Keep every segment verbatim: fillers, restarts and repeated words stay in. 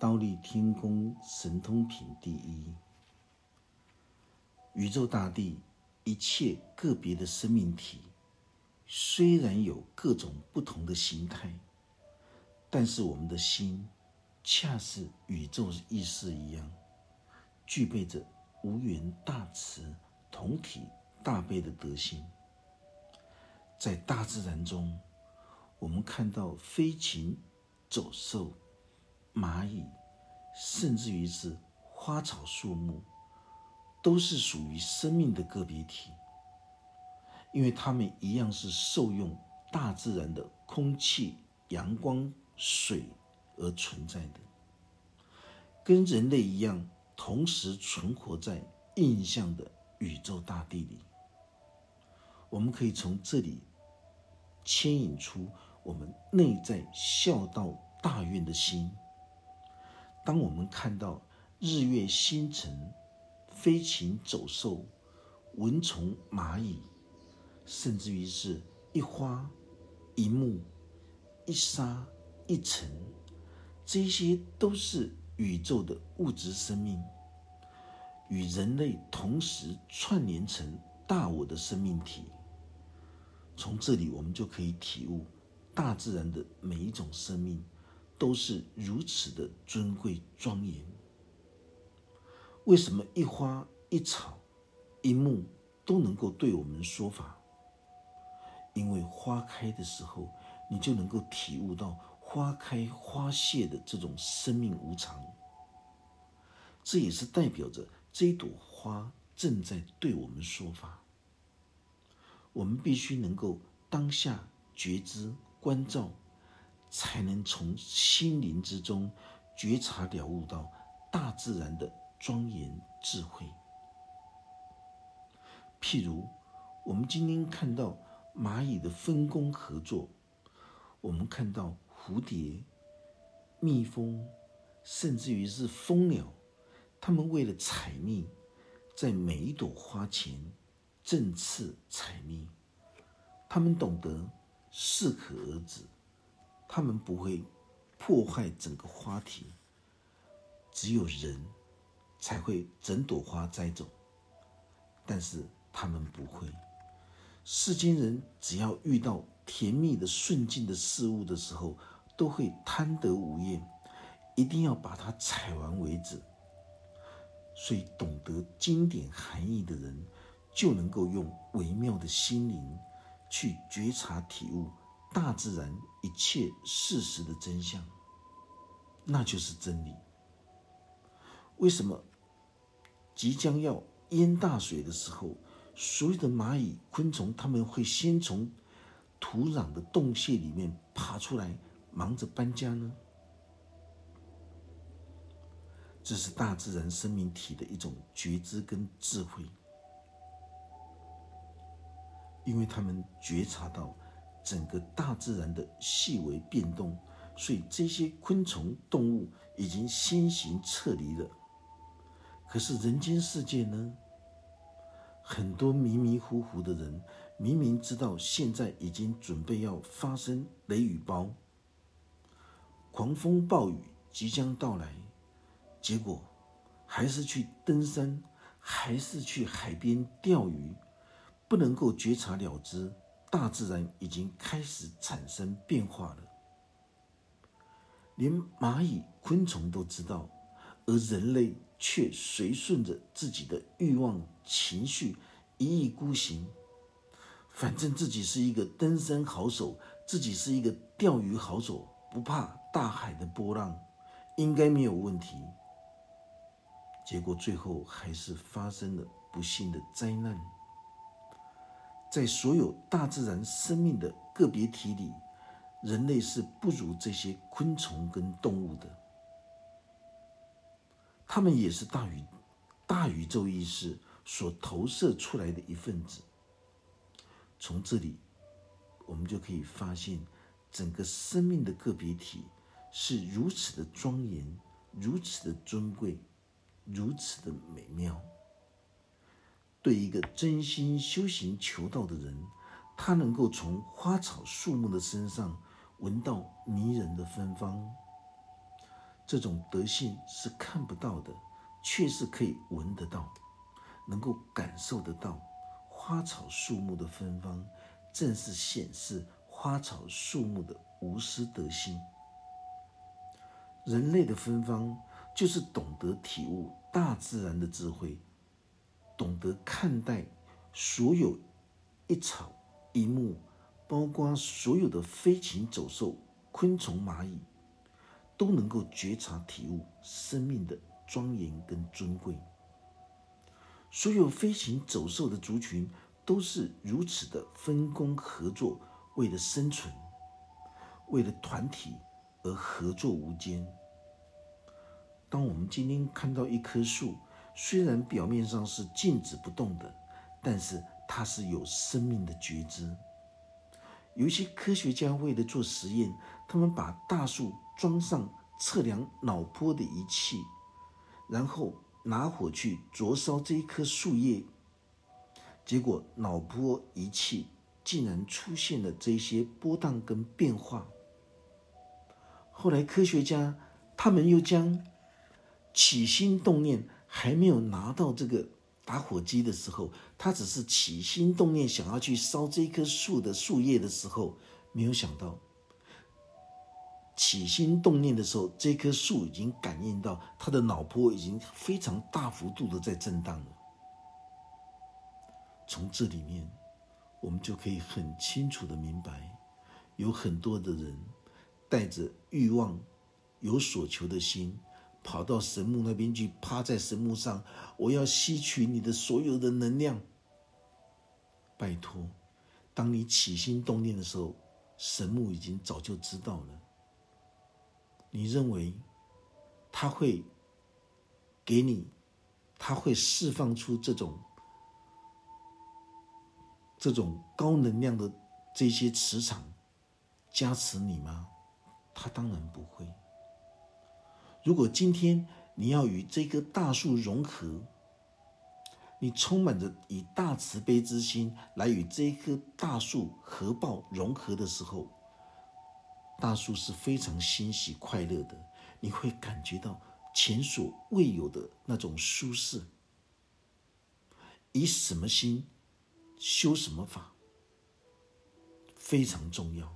刀立天宫神通品第一。宇宙大地一切个别的生命体，虽然有各种不同的形态，但是我们的心恰似宇宙意识一样，具备着无缘大慈、同体大悲的德性。在大自然中，我们看到飞禽、走兽、蚂蚁，甚至于是花草树木，都是属于生命的个别体，因为它们一样是受用大自然的空气、阳光、水而存在的，跟人类一样，同时存活在印象的宇宙大地里。我们可以从这里牵引出我们内在孝道大愿的心。当我们看到日月星辰、飞禽走兽、蚊虫蚂蚁，甚至于是一花一木、一沙一尘，这些都是宇宙的物质生命，与人类同时串联成大我的生命体。从这里我们就可以体悟，大自然的每一种生命都是如此的尊贵庄严。为什么一花一草一木都能够对我们说法？因为花开的时候，你就能够体悟到花开花谢的这种生命无常。这也是代表着这一朵花正在对我们说法。我们必须能够当下觉知关照，才能从心灵之中觉察了悟到大自然的庄严智慧。譬如我们今天看到蚂蚁的分工合作，我们看到蝴蝶、蜜蜂，甚至于是蜂鸟，它们为了采蜜，在每一朵花前振翅采蜜。他们懂得适可而止，他们不会破坏整个花体。只有人才会整朵花摘走，但是他们不会。世间人只要遇到甜蜜的顺境的事物的时候，都会贪得无厌，一定要把它采完为止。所以懂得经典含义的人，就能够用微妙的心灵去觉察体悟大自然一切事实的真相，那就是真理。为什么即将要淹大水的时候，所有的蚂蚁、昆虫，它们会先从土壤的洞穴里面爬出来，忙着搬家呢？这是大自然生命体的一种觉知跟智慧，因为他们觉察到整个大自然的细微变动，所以这些昆虫动物已经先行撤离了。可是人间世界呢？很多迷迷糊糊的人，明明知道现在已经准备要发生雷雨雹，狂风暴雨即将到来，结果还是去登山，还是去海边钓鱼，不能够觉察了知大自然已经开始产生变化了。连蚂蚁、昆虫都知道，而人类却随顺着自己的欲望、情绪，一意孤行。反正自己是一个登山好手，自己是一个钓鱼好手，不怕大海的波浪，应该没有问题。结果最后还是发生了不幸的灾难。在所有大自然生命的个别体里，人类是不如这些昆虫跟动物的。他们也是大宇大宇宙意识所投射出来的一份子。从这里，我们就可以发现，整个生命的个别体是如此的庄严，如此的尊贵，如此的美妙。对一个真心修行求道的人，他能够从花草树木的身上闻到迷人的芬芳， 这种德性是看不到的，却是可以闻得到，能够感受得到。花草树木的芬芳，正是显示花草树木的无私德性。人类的芬芳，就是懂得体悟大自然的智慧，懂得看待所有一草一木，包括所有的飞禽走兽、昆虫蚂蚁，都能够觉察体悟生命的庄严跟尊贵。所有飞禽走兽的族群都是如此的分工合作，为了生存，为了团体而合作无间。当我们今天看到一棵树，虽然表面上是静止不动的，但是它是有生命的觉知。有一些科学家为了做实验，他们把大树装上测量脑波的仪器，然后拿火去灼烧这一棵树叶，结果脑波仪器竟然出现了这些波荡跟变化。后来科学家他们又将起心动念还没有拿到这个打火机的时候，他只是起心动念想要去烧这棵树的树叶的时候，没有想到起心动念的时候，这棵树已经感应到它的脑波已经非常大幅度的在震荡了。从这里面我们就可以很清楚的明白，有很多的人带着欲望有所求的心，跑到神木那边去，趴在神木上，我要吸取你的所有的能量。拜托，当你起心动念的时候，神木已经早就知道了。你认为他会给你，他会释放出这种这种高能量的这些磁场加持你吗？他当然不会。如果今天你要与这棵大树融合，你充满着以大慈悲之心来与这棵大树合抱融合的时候，大树是非常欣喜快乐的，你会感觉到前所未有的那种舒适。以什么心修什么法，非常重要。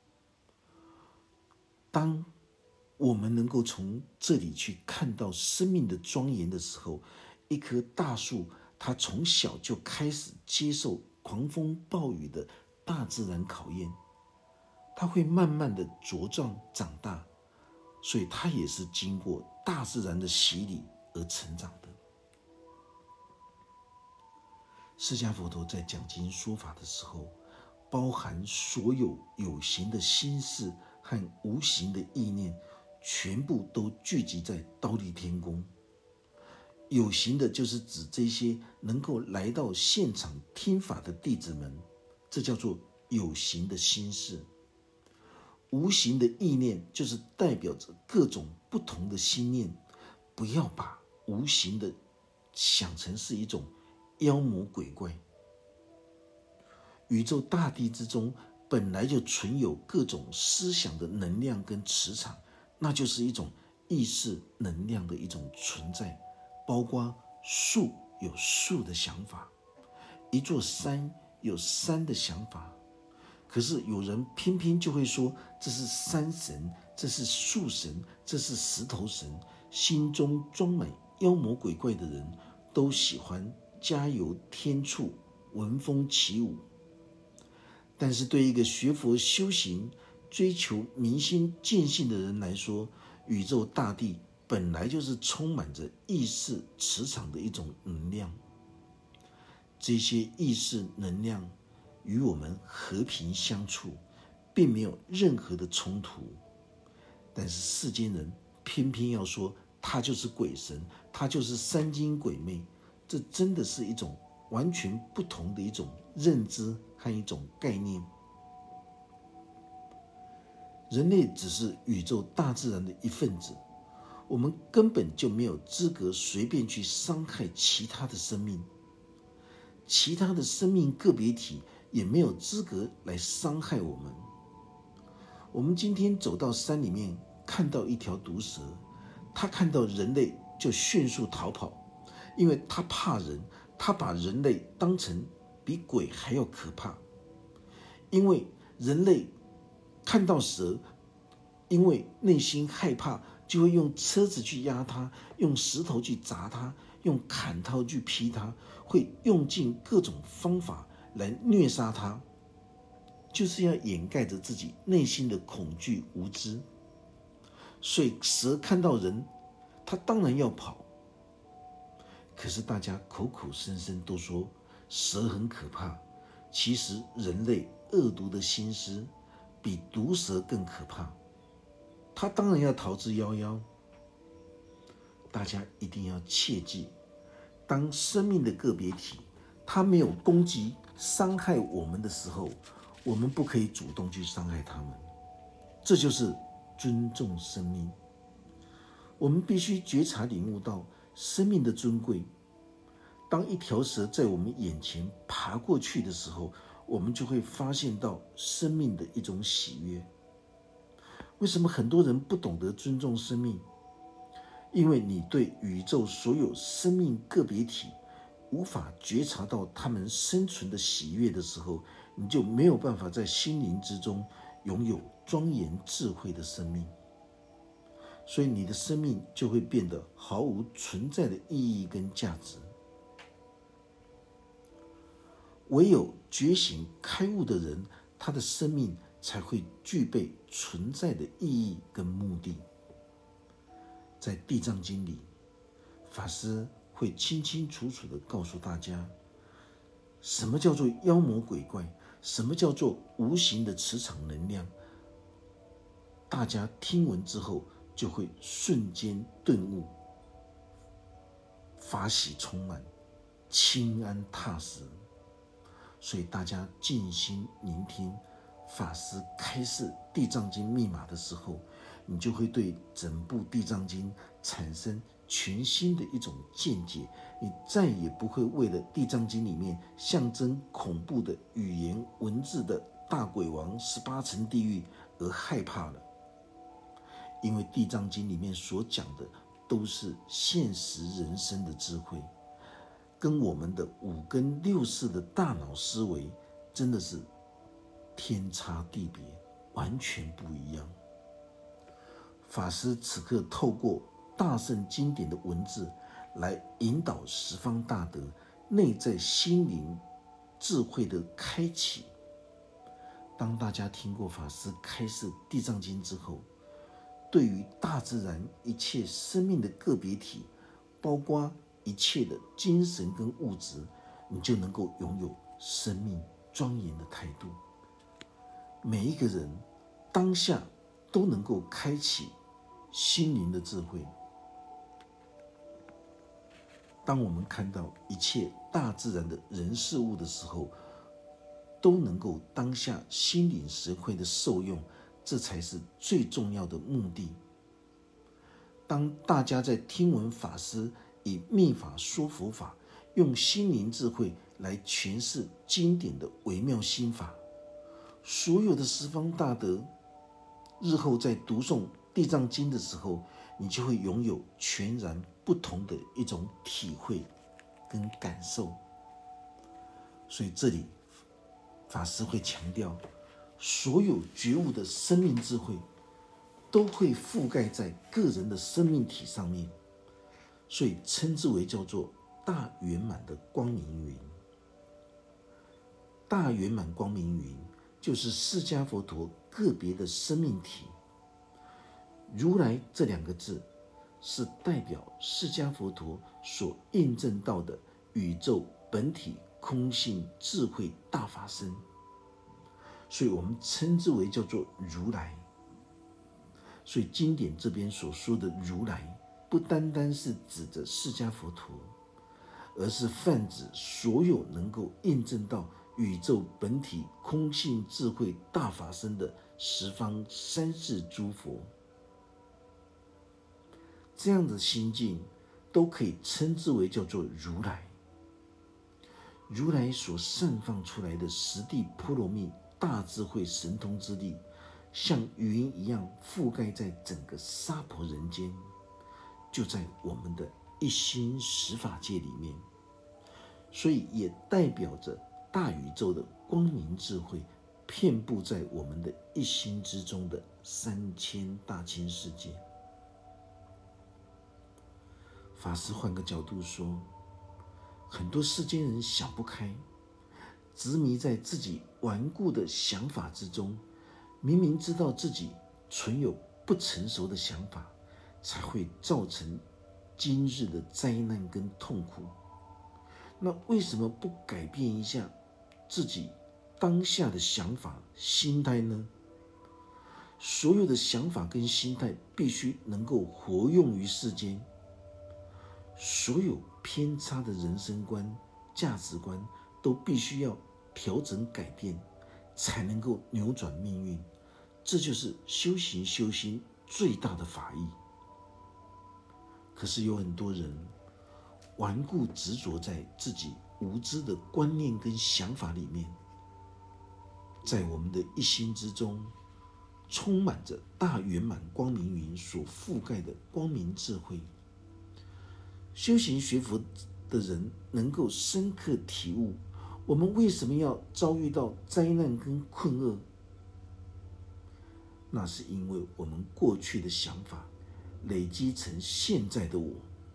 当我们能够从这里去看到生命的庄严的时候，一棵大树它从小就开始接受狂风暴雨的大自然考验，它会慢慢的茁壮长大，所以它也是经过大自然的洗礼而成长的。释迦佛陀在讲经说法的时候，包含所有有形的心事和无形的意念，全部都聚集在忉利天宫。有形的就是指这些能够来到现场听法的弟子们，这叫做有形的心事。无形的意念就是代表着各种不同的心念，不要把无形的想成是一种妖魔鬼怪。宇宙大地之中本来就存有各种思想的能量跟磁场，那就是一种意识能量的一种存在。包括树有树的想法，一座山有山的想法，可是有人偏偏就会说这是山神，这是树神，这是石头神。心中装满妖魔鬼怪的人都喜欢加油添醋，闻风起舞。但是对一个学佛修行追求明心见性的人来说，宇宙大地本来就是充满着意识磁场的一种能量，这些意识能量与我们和平相处，并没有任何的冲突。但是世间人偏偏要说他就是鬼神，他就是三精鬼魅，这真的是一种完全不同的一种认知和一种概念。人类只是宇宙大自然的一份子，我们根本就没有资格随便去伤害其他的生命，其他的生命个别体也没有资格来伤害我们。我们今天走到山里面，看到一条毒蛇， 他看到人类就迅速逃跑，因为他怕人，他把人类当成比鬼还要可怕。因为人类看到蛇，因为内心害怕，就会用车子去压它，用石头去砸它，用砍刀去劈它，会用尽各种方法来虐杀它，就是要掩盖着自己内心的恐惧无知。所以蛇看到人，它当然要跑。可是大家口口声声都说蛇很可怕，其实人类恶毒的心思比毒蛇更可怕，它当然要逃之夭夭。大家一定要切记，当生命的个别体它没有攻击伤害我们的时候，我们不可以主动去伤害它们，这就是尊重生命。我们必须觉察领悟到生命的尊贵。当一条蛇在我们眼前爬过去的时候，我们就会发现到生命的一种喜悦。为什么很多人不懂得尊重生命？因为你对宇宙所有生命个别体无法觉察到他们生存的喜悦的时候，你就没有办法在心灵之中拥有庄严智慧的生命，所以你的生命就会变得毫无存在的意义跟价值。唯有觉醒开悟的人，他的生命才会具备存在的意义跟目的。在地藏经里，法师会清清楚楚地告诉大家，什么叫做妖魔鬼怪，什么叫做无形的磁场能量。大家听闻之后就会瞬间顿悟，法喜充满，清安踏实。所以大家静心聆听法师开示地藏经密码的时候，你就会对整部地藏经产生全新的一种见解。你再也不会为了地藏经里面象征恐怖的语言文字的大鬼王十八层地狱而害怕了，因为地藏经里面所讲的都是现实人生的智慧，跟我们的五根六识的大脑思维真的是天差地别，完全不一样。法师此刻透过大圣经典的文字来引导十方大德内在心灵智慧的开启。当大家听过法师开示地藏经之后，对于大自然一切生命的个别体，包括一切的精神跟物质，你就能够拥有生命庄严的态度。每一个人当下都能够开启心灵的智慧。当我们看到一切大自然的人事物的时候，都能够当下心领神会的受用，这才是最重要的目的。当大家在听闻法师以密法说佛法，用心灵智慧来诠释经典的微妙心法，所有的十方大德日后在读诵地藏经的时候，你就会拥有全然不同的一种体会跟感受。所以这里法师会强调，所有觉悟的生命智慧都会覆盖在个人的生命体上面，所以称之为叫做大圆满的光明云。大圆满光明云就是释迦佛陀个别的生命体。如来这两个字是代表释迦佛陀所印证到的宇宙本体空性智慧大法身，所以我们称之为叫做如来。所以经典这边所说的如来，不单单是指着释迦佛陀，而是泛指所有能够印证到宇宙本体空性智慧大法身的十方三世诸佛。这样的心境都可以称之为叫做如来。如来所散放出来的十地波罗蜜大智慧神通之力，像云一样覆盖在整个娑婆人间， 就在我们的一心十法界里面，所以也代表着大宇宙的光明智慧遍布在我们的一心之中的三千大千世界。法师换个角度说，很多世间人想不开，执迷在自己顽固的想法之中，明明知道自己存有不成熟的想法，才会造成今日的灾难跟痛苦。那为什么不改变一下自己当下的想法心态呢？所有的想法跟心态必须能够活用于世间，所有偏差的人生观价值观都必须要调整改变，才能够扭转命运。这就是修行修心最大的法义。可是有很多人顽固执着在自己无知的观念跟想法里面，在我们的一心之中充满着大圆满光明云所覆盖的光明智慧。修行学佛的人能够深刻体悟，我们为什么要遭遇到灾难跟困厄？那是因为我们过去的想法累积成现在的我。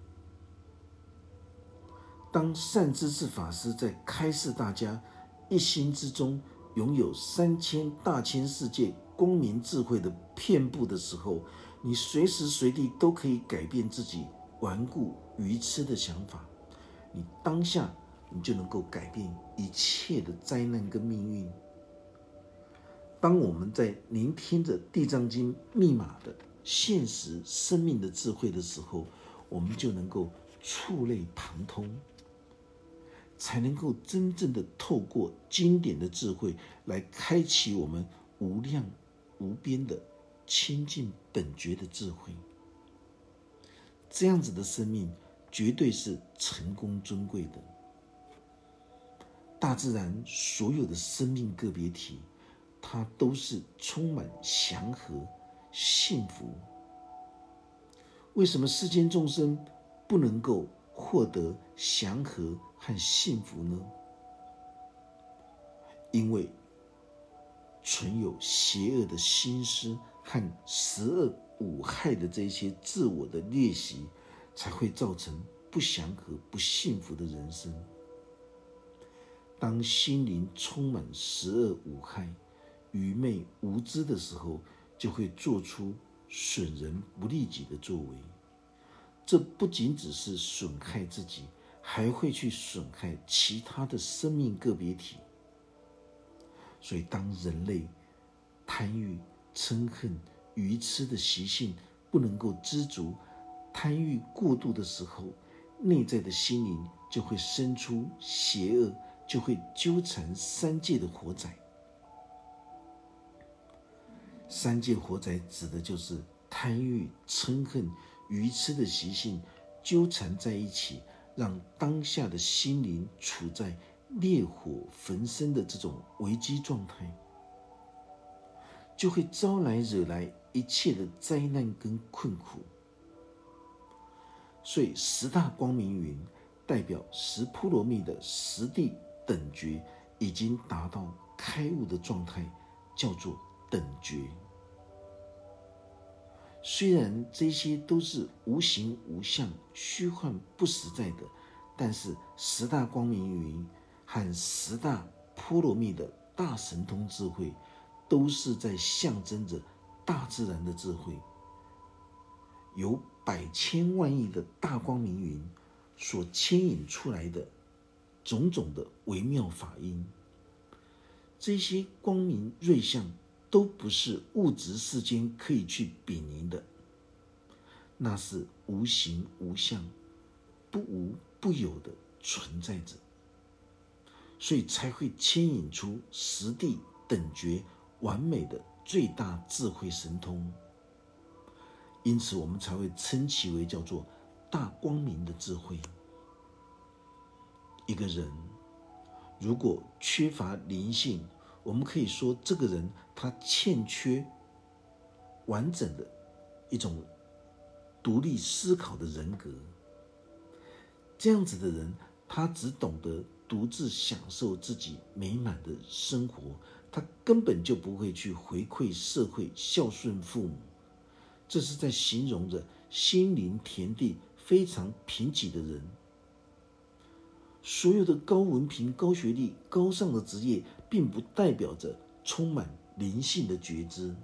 当善知识法师在开示大家一心之中拥有三千大千世界光明智慧的遍布的时候，你随时随地都可以改变自己顽固愚痴的想法，你当下你就能够改变一切的灾难跟命运。当我们在聆听着地藏经密码的现实生命的智慧的时候，我们就能够触类旁通，才能够真正的透过经典的智慧来开启我们无量无边的清净本觉的智慧。这样子的生命绝对是成功尊贵的。大自然所有的生命个别体，它都是充满祥和幸福。为什么世间众生不能够获得祥和和幸福呢？因为存有邪恶的心思和十恶五害的这些自我的劣习，才会造成不祥和不幸福的人生。当心灵充满十恶五害愚昧无知的时候，就会做出损人不利己的作为。这不仅只是损害自己，还会去损害其他的生命个别体。所以当人类贪欲嗔恨愚痴的习性不能够知足，贪欲过度的时候，内在的心灵就会生出邪恶，就会纠缠三界的火灾。三界火灾指的就是贪欲嗔恨愚痴的习性纠缠在一起，让当下的心灵处在烈火焚身的这种危机状态，就会招来惹来一切的灾难跟困苦。所以十大光明云代表十波罗蜜的十地等觉已经达到开悟的状态，叫做等觉。虽然这些都是无形无相虚幻不实在的，但是十大光明云和十大波罗蜜的大神通智慧都是在象征着大自然的智慧，由百千万亿的大光明云所牵引出来的种种的微妙法音。这些光明瑞相都不是物质世间可以去比拟的，那是无形无相不无不有的存在着，所以才会牵引出十地等觉完美的最大智慧神通。因此我们才会称其为叫做大光明的智慧。一个人如果缺乏灵性，我们可以说这个人他欠缺完整的一种独立思考的人格。这样子的人，他只懂得独自享受自己美满的生活，他根本就不会去回馈社会、孝顺父母。这是在形容着心灵田地非常贫瘠的人。所有的高文凭、高学历、高尚的职业，并不代表着充满灵性的觉知。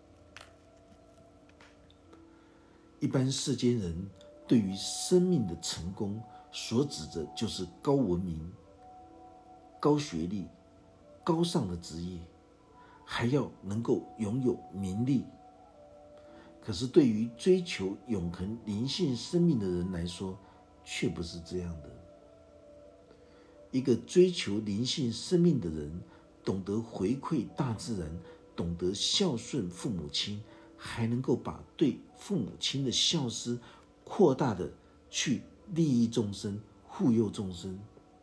一般世间人对于生命的成功所指的就是高文明、高学历、高尚的职业，还要能够拥有名利。可是对于追求永恒灵性生命的人来说，却不是这样的。一个追求灵性生命的人，懂得回馈大自然，懂得孝顺父母亲，还能够把对父母亲的孝思扩大的去利益众生、护佑众生。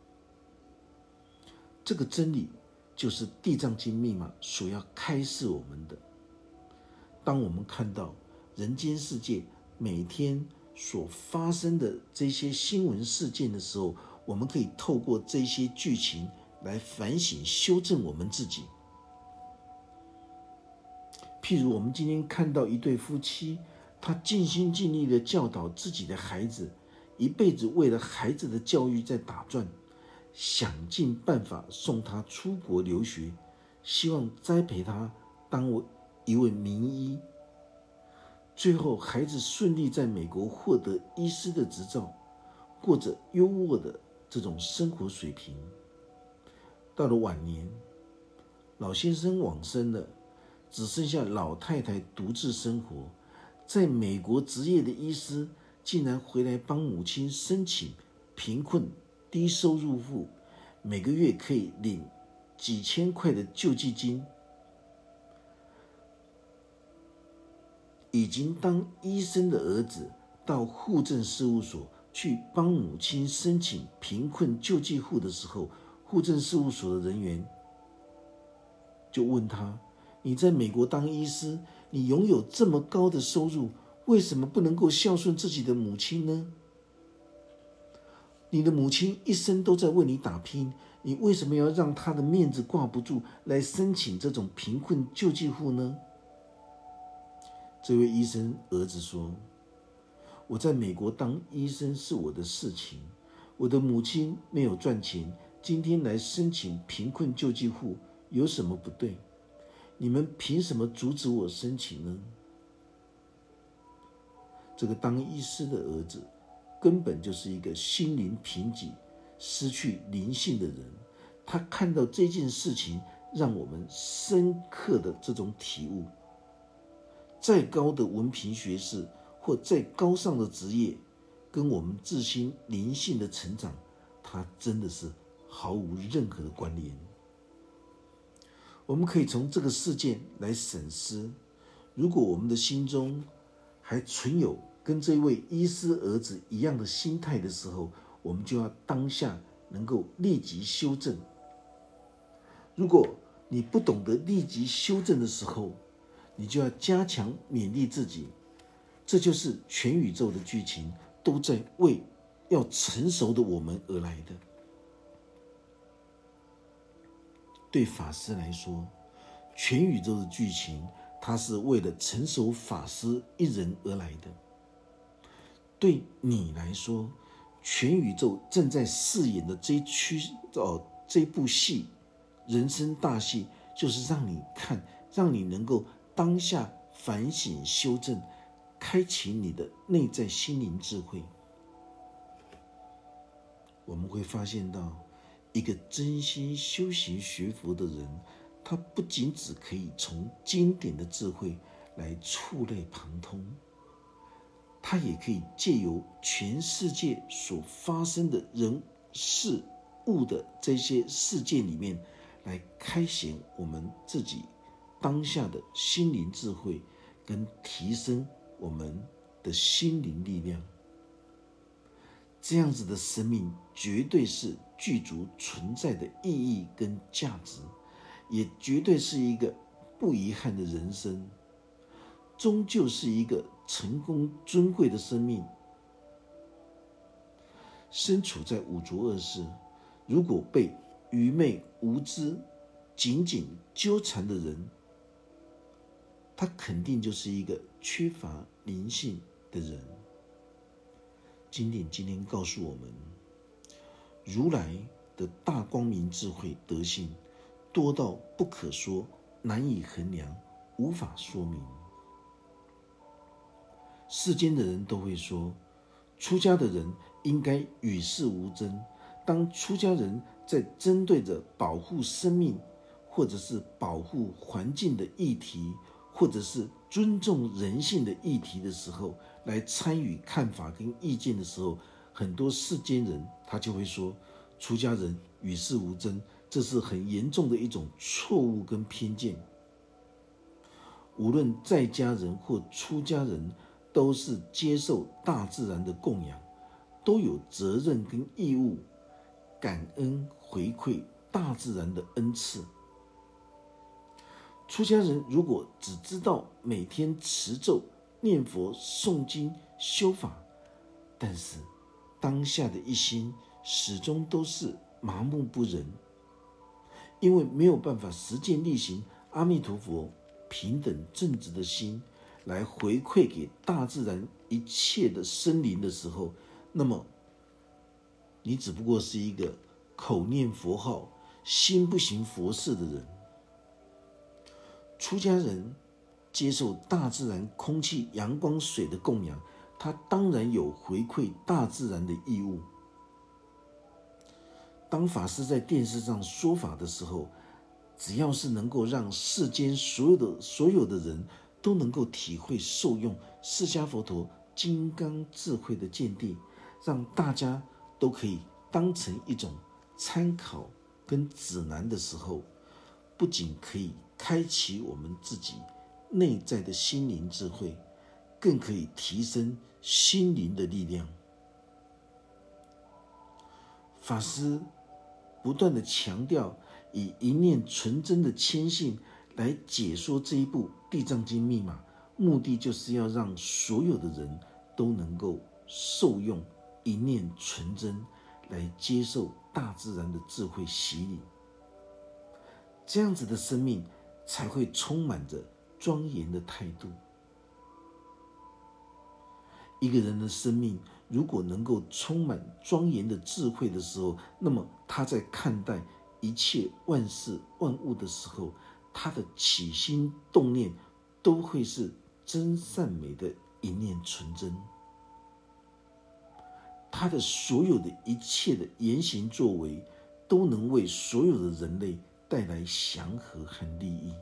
这个真理就是地藏经密码所要开示我们的。当我们看到人间世界每天所发生的这些新闻事件的时候，我们可以透过这些剧情来反省修正我们自己。譬如我们今天看到一对夫妻，他尽心尽力地教导自己的孩子，一辈子为了孩子的教育在打转，想尽办法送他出国留学，希望栽培他当一位名医。最后孩子顺利在美国获得医师的执照，过着优渥的这种生活水平。到了晚年，老先生往生了，只剩下老太太独自生活。在美国执业的医师竟然回来帮母亲申请贫困低收入户，每个月可以领几千块的救济金。已经当医生的儿子到户政事务所去帮母亲申请贫困救济户的时候，户政事务所的人员就问他：你在美国当医师，你拥有这么高的收入，为什么不能够孝顺自己的母亲呢？你的母亲一生都在为你打拼，你为什么要让她的面子挂不住来申请这种贫困救济户呢？这位医生儿子说：我在美国当医生是我的事情，我的母亲没有赚钱，今天来申请贫困救济户有什么不对？你们凭什么阻止我申请呢？这个当医师的儿子根本就是一个心灵贫瘠、失去灵性的人。他看到这件事情，让我们深刻的这种体悟。再高的文凭学士或再高尚的职业，跟我们自心灵性的成长，它真的是毫无任何的关联。我们可以从这个事件来审思，如果我们的心中还存有跟这位医师儿子一样的心态的时候，我们就要当下能够立即修正。如果你不懂得立即修正的时候，你就要加强勉励自己。这就是全宇宙的剧情都在为要成熟的我们而来的。对法师来说，全宇宙的剧情它是为了成熟法师一人而来的。对你来说，全宇宙正在饰演的这区哦这部戏，人生大戏，就是让你看，让你能够当下反省修正，开启你的内在心灵智慧。我们会发现到，一个真心修行学佛的人，他不仅只可以从经典的智慧来触类旁通，他也可以借由全世界所发生的人事物的这些事件里面，来开显我们自己当下的心灵智慧，跟提升我们的心灵力量。这样子的生命绝对是具足存在的意义跟价值，也绝对是一个不遗憾的人生，终究是一个成功、尊贵的生命，身处在五浊恶世，如果被愚昧无知紧紧纠缠的人，他肯定就是一个缺乏灵性的人。经典今天告诉我们，如来的大光明智慧德性多到不可说，难以衡量，无法说明。世间的人都会说，出家的人应该与世无争。当出家人在针对着保护生命，或者是保护环境的议题，或者是尊重人性的议题的时候，来参与看法跟意见的时候，很多世间人他就会说，出家人与世无争，这是很严重的一种错误跟偏见。无论在家人或出家人，都是接受大自然的供养，都有责任跟义务感恩回馈大自然的恩赐。出家人如果只知道每天持咒、念佛、诵经、修法，但是当下的一心始终都是麻木不仁，因为没有办法实践力行阿弥陀佛平等正直的心，来回馈给大自然一切的生灵的时候，那么你只不过是一个口念佛号、心不行佛事的人。出家人接受大自然空气、阳光、水的供养，他当然有回馈大自然的义务。当法师在电视上说法的时候，只要是能够让世间所有的所有的人都能够体会受用释迦佛陀金刚智慧的见地，让大家都可以当成一种参考跟指南的时候，不仅可以开启我们自己内在的心灵智慧，更可以提升心灵的力量。法师不断的强调，以一念纯真的谦信来解说这一部《地藏经》密码，目的就是要让所有的人都能够受用一念纯真，来接受大自然的智慧洗礼。这样子的生命才会充满着庄严的态度。一个人的生命如果能够充满庄严的智慧的时候，那么他在看待一切万事万物的时候，他的起心动念都会是真善美的一念纯真。他的所有的一切的言行作为，都能为所有的人类带来祥和和利益。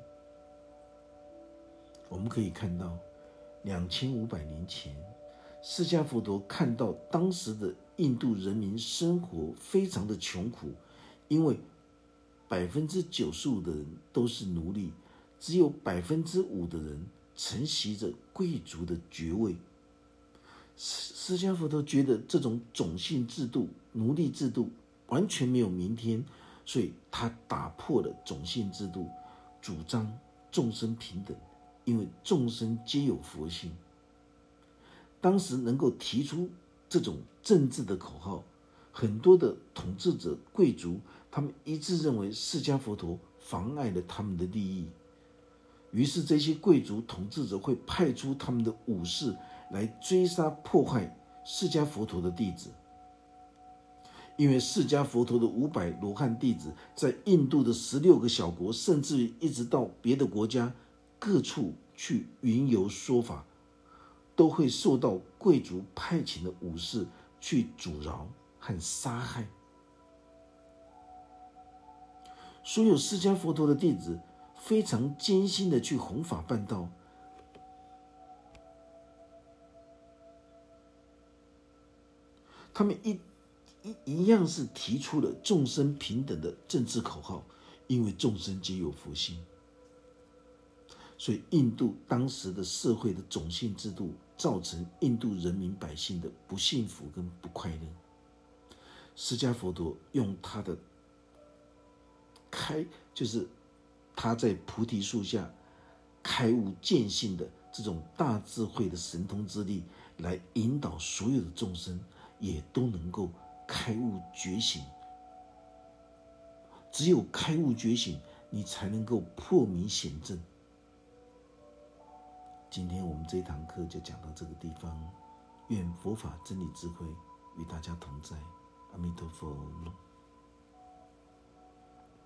我们可以看到，两千五百年前，释迦佛陀看到当时的印度人民生活非常的穷苦，因为百分之九十五的人都是奴隶，只有百分之五的人承袭着贵族的爵位。释迦佛陀觉得这种种姓制度、奴隶制度完全没有明天，所以他打破了种姓制度，主张众生平等，因为众生皆有佛性。当时能够提出这种政治的口号，很多的统治者、贵族，他们一致认为释迦佛陀妨碍了他们的利益，于是这些贵族统治者会派出他们的武士来追杀破坏释迦佛陀的弟子。因为释迦佛陀的五百罗汉弟子在印度的十六个小国，甚至于一直到别的国家各处去云游说法，都会受到贵族派遣的武士去阻挠和杀害。所有释迦佛陀的弟子非常艰辛的去弘法办道，他们一一一样是提出了众生平等的政治口号，因为众生皆有佛性。所以印度当时的社会的种姓制度，造成印度人民百姓的不幸福跟不快乐。释迦佛陀用他的开，就是他在菩提树下开悟见性的这种大智慧的神通之力来引导所有的众生，也都能够开悟觉醒。只有开悟觉醒，你才能够破迷显正。今天我们这一堂课就讲到这个地方，愿佛法真理智慧与大家同在，阿弥陀佛。